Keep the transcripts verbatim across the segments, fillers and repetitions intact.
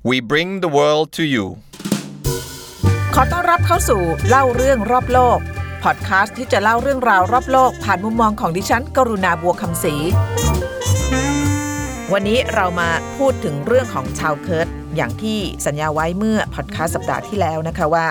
We bring the world to you ขอต้อนรับเข้าสู่เล่าเรื่องรอบโลกพอดแคสต์ที่จะเล่าเรื่องราวรอบโลกผ่านมุมมองของดิฉันกรุณาบัวคำศรีวันนี้เรามาพูดถึงเรื่องของชาวเคิร์ดอย่างที่สัญญาไว้เมื่อพอดแคสต์สัปดาห์ที่แล้วนะคะว่า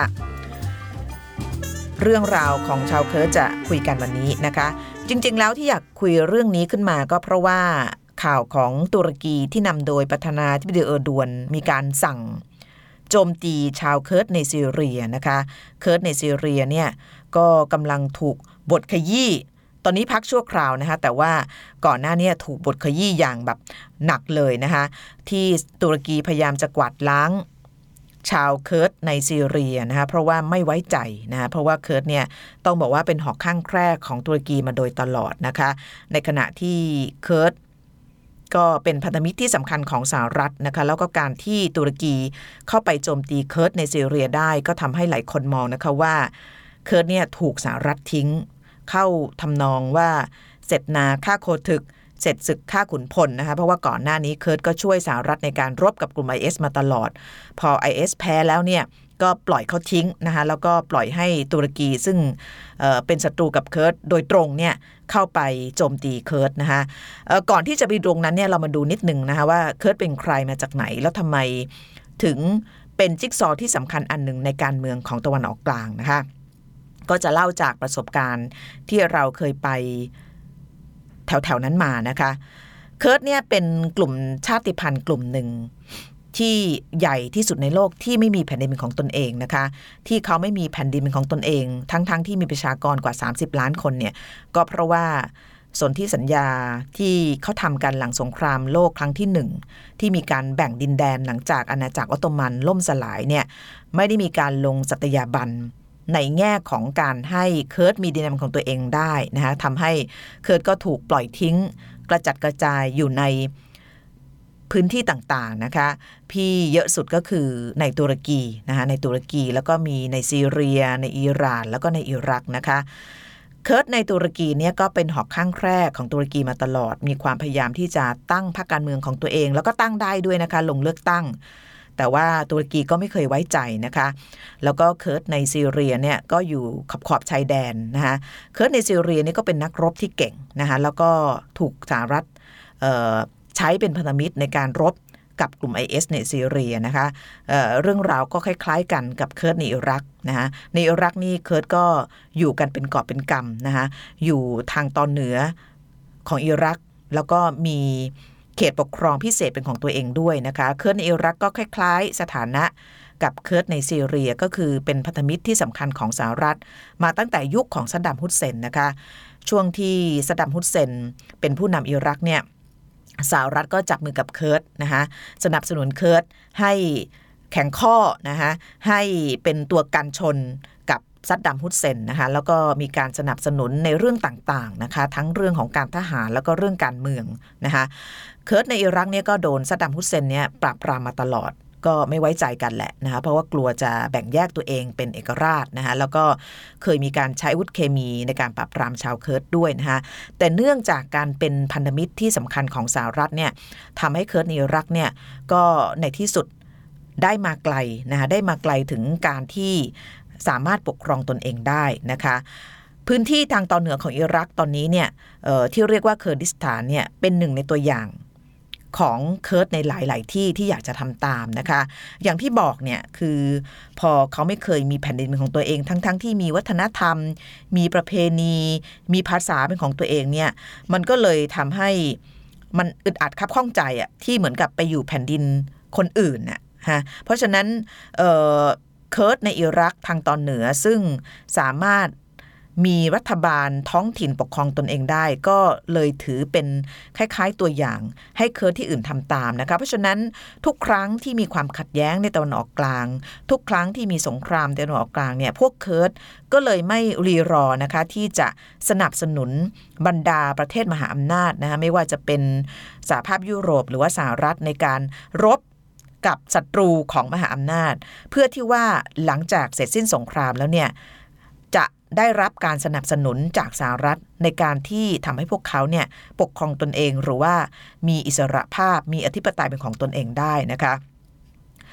เรื่องราวของชาวเคิร์ดจะคุยกันวันนี้นะคะจริงๆแล้วที่อยากคุยเรื่องนี้ขึ้นมาก็เพราะว่าข่าวของตุรกีที่นำโดยประธานาธิบดีเออร์โดวนมีการสั่งโจมตีชาวเคิร์ดในซีเรียนะคะเคิร์ดในซีเรียเนี่ยก็กำลังถูกบทขยี้ตอนนี้พักชั่วคราวนะคะแต่ว่าก่อนหน้านี้ถูกบทขยี้อย่างแบบหนักเลยนะคะที่ตุรกีพยายามจะกวาดล้างชาวเคิร์ดในซีเรียนะคะเพราะว่าไม่ไว้ใจนะคะเพราะว่าเคิร์ดเนี่ยต้องบอกว่าเป็นหอกข้างแคร่ของตุรกีมาโดยตลอดนะคะในขณะที่เคิร์ดก็เป็นพันธมิตรที่สำคัญของสหรัฐนะคะแล้วก็การที่ตุรกีเข้าไปโจมตีเคิร์ดในซีเรียได้ก็ทำให้หลายคนมองนะคะว่าเคิร์ดเนี่ยถูกสหรัฐทิ้งเข้าทำนองว่าเสร็จนาฆ่าโคทึกเสร็จศึกฆ่าขุนพลนะคะเพราะว่าก่อนหน้านี้เคิร์ดก็ช่วยสหรัฐในการรบกับกลุ่ม ไอ เอส มาตลอดพอ ไอ เอส แพ้แล้วเนี่ยก็ปล่อยเขาทิ้งนะคะแล้วก็ปล่อยให้ตุรกีซึ่งเอ่อเป็นศัตรูกับเคิร์ดโดยตรงเนี่ยเข้าไปโจมตีเคิร์ดนะคะเอ่อก่อนที่จะไปตรงนั้นเนี่ยเรามาดูนิดนึงนะคะว่าเคิร์ดเป็นใครมาจากไหนแล้วทำไมถึงเป็นจิ๊กซอว์ที่สำคัญอันหนึ่งในการเมืองของตะวันออกกลางนะคะก็จะเล่าจากประสบการณ์ที่เราเคยไปแถวๆนั้นมานะคะเคิร์ดเนี่ยเป็นกลุ่มชาติพันธุ์กลุ่มหนึ่งที่ใหญ่ที่สุดในโลกที่ไม่มีแผ่นดินเป็นของตนเองนะคะที่เขาไม่มีแผ่นดินเป็นของตนเองทั้งๆ ท, ที่มีประชากรกว่าสามสิบล้านคนเนี่ยก็เพราะว่าสนธิสัญญาที่เขาทำกันหลังสงครามโลกครั้งที่หนึ่งที่มีการแบ่งดินแดนหลังจากอาณาจักรออตโตมันล่มสลายเนี่ยไม่ได้มีการลงสัตยาบันในแง่ของการให้เคิร์ดมีดินแดนของตัวเองได้นะคะทำให้เคิร์ดก็ถูกปล่อยทิ้งกระจัดกระจายอยู่ในพื้นที่ต่างๆนะคะพี่เยอะสุดก็คือในตุรกีนะคะในตุรกีแล้วก็มีในซีเรียในอิหร่านแล้วก็ในอิรักนะคะเคิร์ดในตุรกีเนี่ยก็เป็นหอกข้างแคร่ของตุรกีมาตลอดมีความพยายามที่จะตั้งพรรคการเมืองของตัวเองแล้วก็ตั้งได้ด้วยนะคะลงเลือกตั้งแต่ว่าตุรกีก็ไม่เคยไว้ใจนะคะแล้วก็เคิร์ดในซีเรียเนี่ยก็อยู่ขอบขอบชายแดนนะคะเคิร์ดในซีเรียนี่ก็เป็นนักรบที่เก่งนะคะแล้วก็ถูกสหรัฐเอ่อใช้เป็นพันธมิตรในการรบกับกลุ่ม ไอ เอส ในซีเรียนะคะ เอ่อ เรื่องราวก็คล้ายๆกันกับเคิร์ดในอิรักนะคะในอิรักนี่เคิร์ดก็อยู่กันเป็นกอบเป็นกำนะคะอยู่ทางตอนเหนือของอิรักแล้วก็มีเขตปกครองพิเศษเป็นของตัวเองด้วยนะคะเคิร์ดในอิรักก็คล้ายๆสถานะกับเคิร์ดในซีเรียก็คือเป็นพันธมิตรที่สำคัญของสหรัฐมาตั้งแต่ยุคของซัดดัมฮุสเซนนะคะช่วงที่ซัดดัมฮุสเซนเป็นผู้นำอิรักเนี่ยสหรัฐก็จับมือกับเคิร์ดนะคะสนับสนุนเคิร์ดให้แข็งข้อนะคะให้เป็นตัวกันชนกับซัดดัมฮุสเซนนะคะแล้วก็มีการสนับสนุนในเรื่องต่างๆนะคะทั้งเรื่องของการทหารแล้วก็เรื่องการเมืองนะคะเคิร์ดในอิรักเนี่ยก็โดนซัดดัมฮุสเซนเนี่ยปราบปรามมาตลอดก็ไม่ไว้ใจกันแหละนะคะเพราะว่ากลัวจะแบ่งแยกตัวเองเป็นเอกราชนะคะแล้วก็เคยมีการใช้อาวุธเคมีในการปราบปรามชาวเคิร์ดด้วยนะคะแต่เนื่องจากการเป็นพันธมิตรที่สำคัญของสหรัฐเนี่ยทำให้เคิร์ดในอิรักเนี่ยก็ในที่สุดได้มาไกลนะคะได้มาไกลถึงการที่สามารถปกครองตนเองได้นะคะพื้นที่ทางตอนเหนือของอิรักตอนนี้เนี่ยเอ่อที่เรียกว่าเคอร์ดิสถานเนี่ยเป็นหนึ่งในตัวอย่างของเคิร์ดในหลายๆที่ที่อยากจะทำตามนะคะอย่างที่บอกเนี่ยคือพอเขาไม่เคยมีแผ่นดินเป็นของตัวเองทั้งๆ ท, ที่มีวัฒนธรรมมีประเพณีมีภาษาเป็นของตัวเองเนี่ยมันก็เลยทำให้มันอึดอัดคับข้องใจอ่ะที่เหมือนกับไปอยู่แผ่นดินคนอื่นน่ะฮะเพราะฉะนั้นเอ่อเคิร์ดในอิรักทางตอนเหนือซึ่งสามารถมีรัฐบาลท้องถิ่นปกครองตนเองได้ก็เลยถือเป็นคล้ายๆตัวอย่างให้เคิร์ดที่อื่นทำตามนะคะเพราะฉะนั้นทุกครั้งที่มีความขัดแย้งในตะวันออกกลางทุกครั้งที่มีสงครามในตะวันออกกลางเนี่ยพวกเคิร์ดก็เลยไม่รีรอนะคะที่จะสนับสนุนบรรดาประเทศมหาอำนาจนะคะไม่ว่าจะเป็นสหภาพยุโรปหรือว่าสหรัฐในการรบกับศัตรูของมหาอำนาจเพื่อที่ว่าหลังจากเสร็จสิ้นสงครามแล้วเนี่ยจะได้รับการสนับสนุนจากสหรัฐในการที่ทำให้พวกเขาเนี่ยปกครองตนเองหรือว่ามีอิสรภาพมีอธิปไตยเป็นของตนเองได้นะคะ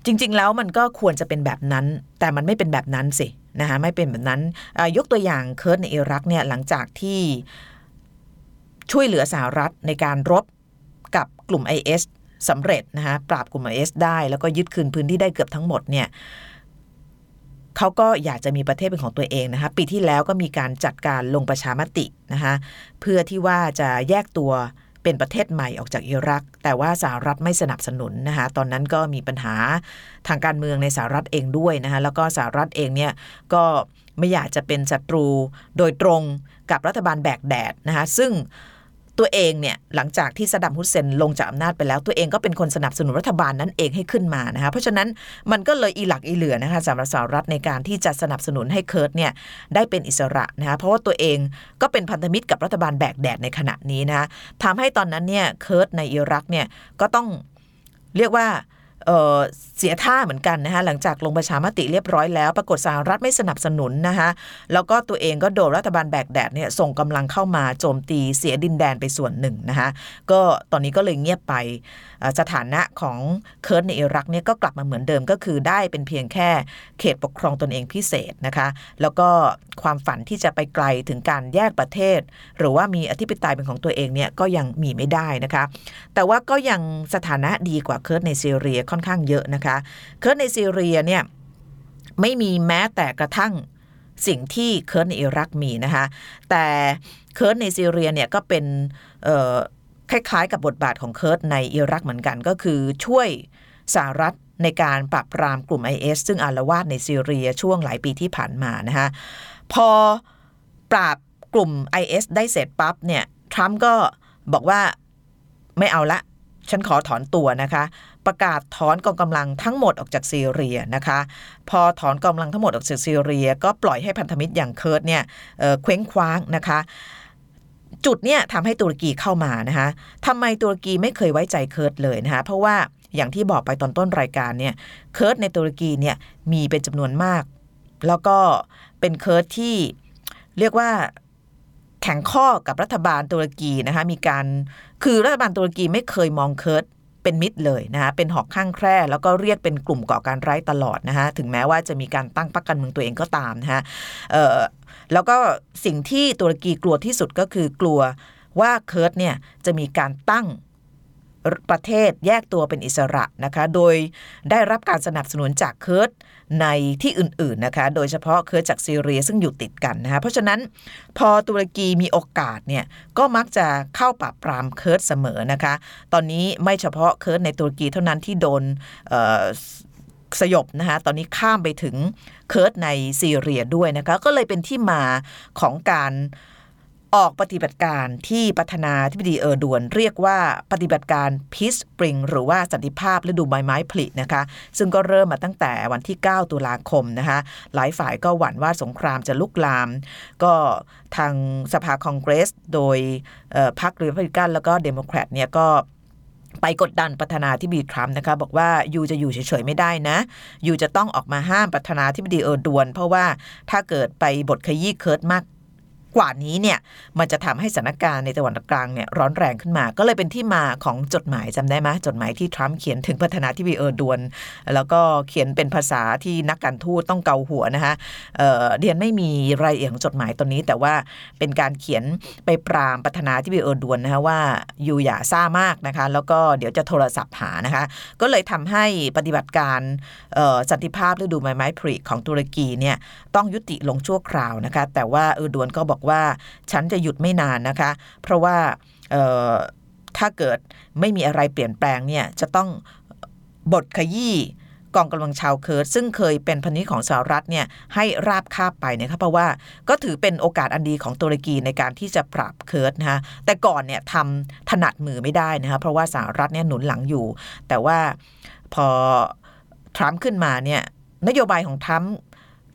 จริงๆแล้วมันก็ควรจะเป็นแบบนั้นแต่มันไม่เป็นแบบนั้นสินะคะไม่เป็นแบบนั้นยกตัวอย่างเคิร์ตในอิรักเนี่ยหลังจากที่ช่วยเหลือสหรัฐในการรบกับกลุ่ม ไอ เอส สำเร็จนะคะปราบกลุ่ม ไอ เอส ได้แล้วก็ยึดคืนพื้นที่ได้เกือบทั้งหมดเนี่ยเขาก็อยากจะมีประเทศเป็นของตัวเองนะคะปีที่แล้วก็มีการจัดการลงประชามตินะคะเพื่อที่ว่าจะแยกตัวเป็นประเทศใหม่ออกจากอิรักแต่ว่าสหรัฐไม่สนับสนุนนะคะตอนนั้นก็มีปัญหาทางการเมืองในสหรัฐเองด้วยนะคะแล้วก็สหรัฐเองเนี่ยก็ไม่อยากจะเป็นศัตรูโดยตรงกับรัฐบาลแบกแดดนะคะซึ่งตัวเองเนี่ยหลังจากที่ซัดดัมฮุสเซนลงจากอำนาจไปแล้วตัวเองก็เป็นคนสนับสนุนรัฐบาลนั้นเองให้ขึ้นมานะคะเพราะฉะนั้นมันก็เลยอีหลักอีเหลือนะคะสำหรับสหรัฐในการที่จะสนับสนุนให้เคิร์ตเนี่ยได้เป็นอิสระนะคะเพราะว่าตัวเองก็เป็นพันธมิตรกับรัฐบาลแบกแดดในขณะนี้นะคะทำให้ตอนนั้นเนี่ยเคิร์ตในอิรักเนี่ยก็ต้องเรียกว่าเอ่อเสียท่าเหมือนกันนะคะหลังจากลงประชามติเรียบร้อยแล้วปรากฏสหรัฐไม่สนับสนุนนะคะแล้วก็ตัวเองก็โดนรัฐบาลแบกแดดเนี่ยส่งกำลังเข้ามาโจมตีเสียดินแดนไปส่วนหนึ่งนะคะก็ตอนนี้ก็เลยเงียบไปสถานะของเคิร์ตในอิรักเนี่ยก็กลับมาเหมือนเดิมก็คือได้เป็นเพียงแค่เขตปกครองตนเองพิเศษนะคะแล้วก็ความฝันที่จะไปไกลถึงการแยกประเทศหรือว่ามีอธิปไตยเป็นของตัวเองเนี่ยก็ยังมีไม่ได้นะคะแต่ว่าก็ยังสถานะดีกว่าเคิร์ตในซีเรียค่อนข้างเยอะนะคะเคิร์ตในซีเรียเนี่ยไม่มีแม้แต่กระทั่งสิ่งที่เคิร์ตในอิรักมีนะคะแต่เคิร์ตในซีเรียเนี่ยก็เป็นเอ่อคล้ายๆกับบทบาทของเคิร์ตในอิรักเหมือนกันก็คือช่วยสหรัฐในการปราบปรามกลุ่ม ไอ เอส ซึ่งอาละวาดในซีเรียช่วงหลายปีที่ผ่านมานะคะพอปราบกลุ่ม ไอ เอส ได้เสร็จปั๊บเนี่ยทรัมป์ก็บอกว่าไม่เอาละฉันขอถอนตัวนะคะประกาศถอนกองกำลังทั้งหมดออกจากซีเรียนะคะพอถอนกองกำลังทั้งหมดออกจากซีเรียก็ปล่อยให้พันธมิตรอย่างเคิร์ตเนี่ยเอ่อเคว้งคว้างนะคะจุดเนี่ยทำให้ตุรกีเข้ามานะคะทำไมตุรกีไม่เคยไว้ใจเคิร์ตเลยนะคะเพราะว่าอย่างที่บอกไปตอนต้นรายการเนี่ยเคิร์ตในตุรกีเนี่ยมีเป็นจำนวนมากแล้วก็เป็นเคิร์ตที่เรียกว่าแข็งข้อกับรัฐบาลตุรกีนะคะมีการคือรัฐบาลตุรกีไม่เคยมองเคิร์ตเป็นมิตรเลยนะคะเป็นหอกข้างแคร่แล้วก็เรียกเป็นกลุ่มก่อการร้ายตลอดนะคะถึงแม้ว่าจะมีการตั้งพรรคการเมืองตัวเองก็ตามนะคะเอ่อแล้วก็สิ่งที่ตุรกีกลัวที่สุดก็คือกลัวว่าเคิร์ตเนี่ยจะมีการตั้งประเทศแยกตัวเป็นอิสระนะคะโดยได้รับการสนับสนุนจากเคิร์ตในที่อื่นๆนะคะโดยเฉพาะเคิร์ตจากซีเรียซึ่งอยู่ติดกันนะคะเพราะฉะนั้นพอตุรกีมีโอกาสเนี่ยก็มักจะเข้าปราบปรามเคิร์ตเสมอนะคะตอนนี้ไม่เฉพาะเคิร์ตในตุรกีเท่านั้นที่โดนเอ่อสยบนะคะตอนนี้ข้ามไปถึงเคิร์ตในซีเรียด้วยนะคะก็เลยเป็นที่มาของการออกปฏิบัติการที่ประธานาธิบดีเออร์ดวนเรียกว่าปฏิบัติการ Peace Spring หรือว่าสันติภาพฤดูใบไม้ผลินะคะซึ่งก็เริ่มมาตั้งแต่วันที่เก้าตุลาคมนะคะหลายฝ่ายก็หวั่นว่าสงครามจะลุกลามก็ทางสภาคองเกรสโดยพรรครีพับลิกันแล้วก็เดโมแครตเนี่ยก็ไปกดดันประธานาธิบดีทรัมป์นะคะบอกว่ายูจะอยู่เฉยๆไม่ได้นะยูจะต้องออกมาห้ามประธานาธิบดีเออร์ดวนเพราะว่าถ้าเกิดไปบทขยี้เคิร์ตมากกว่านี้เนี่ยมันจะทำให้สถานการณ์ในตะวันออกกลางเนี่ยร้อนแรงขึ้นมาก็เลยเป็นที่มาของจดหมายจำได้ไหมจดหมายที่ทรัมป์เขียนถึงประธานาธิบดีเออร์ดวนแล้วก็เขียนเป็นภาษาที่นักการทูตต้องเกาหัวนะคะเอ่อเดียนไม่มีรายละเอียดของจดหมายตัวนี้แต่ว่าเป็นการเขียนไปปรามประธานาธิบดีเออร์ดวนนะคะว่าอยู่อย่าซ่ามากนะคะแล้วก็เดี๋ยวจะโทรศัพท์หานะคะก็เลยทำให้ปฏิบัติการเอ่อสันติภาพฤดูใบไม้ผลิของตุรกีเนี่ยต้องยุติลงชั่วคราวนะคะแต่ว่าเออร์ดวนก็บอกว่าฉันจะหยุดไม่นานนะคะเพราะว่าถ้าเกิดไม่มีอะไรเปลี่ยนแปลงเนี่ยจะต้องบทขยี้กองกำลังชาวเคิร์ดซึ่งเคยเป็นพันธมิตรของสหรัฐเนี่ยให้ราบคาบไปนะคะเพราะว่าก็ถือเป็นโอกาสอันดีของตุรกีในการที่จะปราบเคิร์ดนะคะแต่ก่อนเนี่ยทำถนัดมือไม่ได้นะคะเพราะว่าสหรัฐเนี่ยหนุนหลังอยู่แต่ว่าพอทรัมป์ขึ้นมาเนี่ยนโยบายของทรัมป์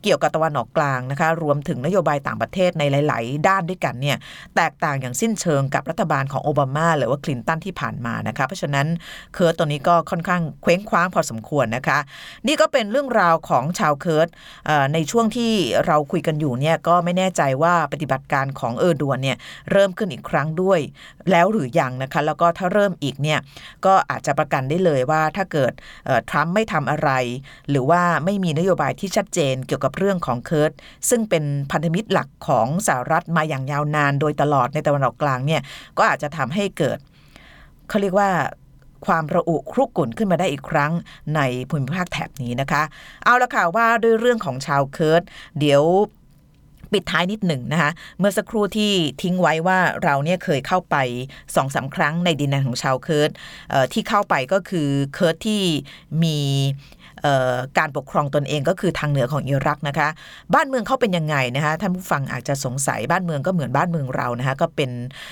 กี่ยวกับตะวันออกกลางนะคะรวมถึงนโยบายต่างประเทศในหลายๆด้านด้วยกันเนี่ยแตกต่างอย่างสิ้นเชิงกับรัฐบาลของโอบามาหรือว่าคลินตันที่ผ่านมานะคะเพราะฉะนั้นเคิร์ทตัวนี้ก็ค่อนข้างเคว้งคว้างพอสมควรนะคะนี่ก็เป็นเรื่องราวของชาวเคิร์ทในช่วงที่เราคุยกันอยู่เนี่ยก็ไม่แน่ใจว่าปฏิบัติการของเออร์ดวนเนี่ยเริ่มขึ้นอีกครั้งด้วยแล้วหรือยังนะคะแล้วก็ถ้าเริ่มอีกเนี่ยก็อาจจะประกันได้เลยว่าถ้าเกิดทรัมป์ไม่ทำอะไรหรือว่าไม่มีนโยบายที่ชัดเจนเกี่ยวกับเรื่องของเคิร์ทซึ่งเป็นพันธมิตรหลักของสหรัฐมาอย่างยาวนานโดยตลอดในตะวันออกกลางเนี่ยก็อาจจะทำให้เกิดเขาเรียกว่าความระอุครุกรุ่นขึ้นมาได้อีกครั้งในภูมิภาคแถบนี้นะคะเอาละค่ะว่าด้วยเรื่องของชาวเคิร์ทเดี๋ยวปิดท้ายนิดหนึ่งนะคะเมื่อสักครู่ที่ทิ้งไว้ว่าเราเนี่ยเคยเข้าไป สองถึงสาม ครั้งในดินแดนของชาวเคิร์ทที่เข้าไปก็คือเคิร์ทที่มีการปกครองตนเองก็คือทางเหนือของอิรักนะคะบ้านเมืองเขาเป็นยังไงนะคะท่านผู้ฟังอาจจะสงสัยบ้านเมืองก็เหมือนบ้านเมืองเรานะคะก็เป็น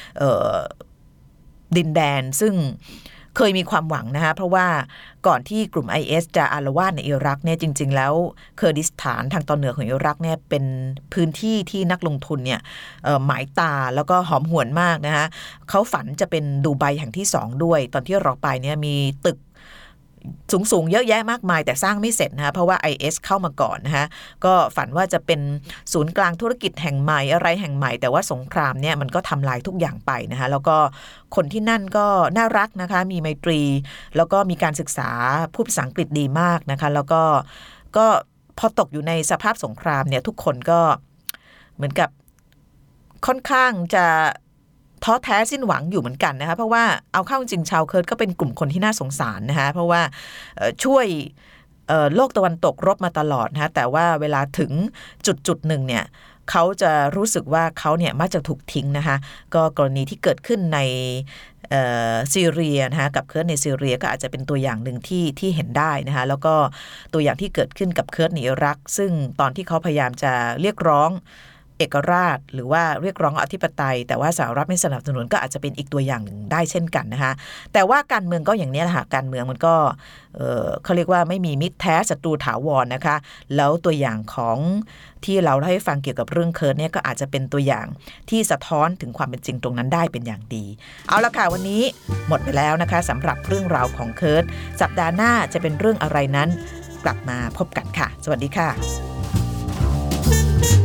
ดินแดนซึ่งเคยมีความหวังนะคะเพราะว่าก่อนที่กลุ่ม ไอ เอส จะอาละวาดในอิรักเนี่ยจริงๆแล้วเคอร์ดิสถานทางตอนเหนือของอิรักเนี่ยเป็นพื้นที่ที่นักลงทุนเนี่ยหมายตาแล้วก็หอมหวนมากนะคะเขาฝันจะเป็นดูไบแห่งที่สองด้วยตอนที่เราไปเนี่ยมีตึกสูงๆเยอะแยะมากมายแต่สร้างไม่เสร็จนะคะเพราะว่า ไอ เอส เข้ามาก่อนนะคะก็ฝันว่าจะเป็นศูนย์กลางธุรกิจแห่งใหม่อะไรแห่งใหม่แต่ว่าสงครามเนี่ยมันก็ทำลายทุกอย่างไปนะคะแล้วก็คนที่นั่นก็น่ารักนะคะมีไมตรีแล้วก็มีการศึกษาพูดภาษาอังกฤษดีมากนะคะแล้วก็ก็พอตกอยู่ในสภาพสงครามเนี่ยทุกคนก็เหมือนกับค่อนข้างจะท้อแท้สิ้นหวังอยู่เหมือนกันนะคะเพราะว่าเอาเข้าจริงชาวเคิร์ทก็เป็นกลุ่มคนที่น่าสงสารนะคะเพราะว่าช่วยโลกตะวันตกรบมาตลอดนะคะแต่ว่าเวลาถึงจุดจุดหนึ่งเนี่ยเขาจะรู้สึกว่าเขาเนี่ยมักจะถูกทิ้งนะคะก็กรณีที่เกิดขึ้นในซีเรียนะคะกับเคิร์ทในซีเรียก็อาจจะเป็นตัวอย่างหนึ่งที่ที่เห็นได้นะคะแล้วก็ตัวอย่างที่เกิดขึ้นกับเคิร์ทในอิรักซึ่งตอนที่เขาพยายามจะเรียกร้องเอกราชหรือว่าเรียกร้องอธิปไตยแต่ว่าสหรัฐไม่สนับสนุนก็อาจจะเป็นอีกตัวอย่างหนึ่งได้เช่นกันนะคะแต่ว่าการเมืองก็อย่างนี้แหละค่ะการเมืองมันก็เอ่อเขาเรียกว่าไม่มีมิตรแท้ศัตรูถาวรนะคะแล้วตัวอย่างของที่เราเล่าให้ฟังเกี่ยวกับเรื่องเคิร์ทเนี่ยก็อาจจะเป็นตัวอย่างที่สะท้อนถึงความเป็นจริงตรงนั้นได้เป็นอย่างดีเอาละค่ะวันนี้หมดไปแล้วนะคะสำหรับเรื่องราวของเคิร์ทสัปดาห์หน้าจะเป็นเรื่องอะไรนั้นกลับมาพบกันค่ะสวัสดีค่ะ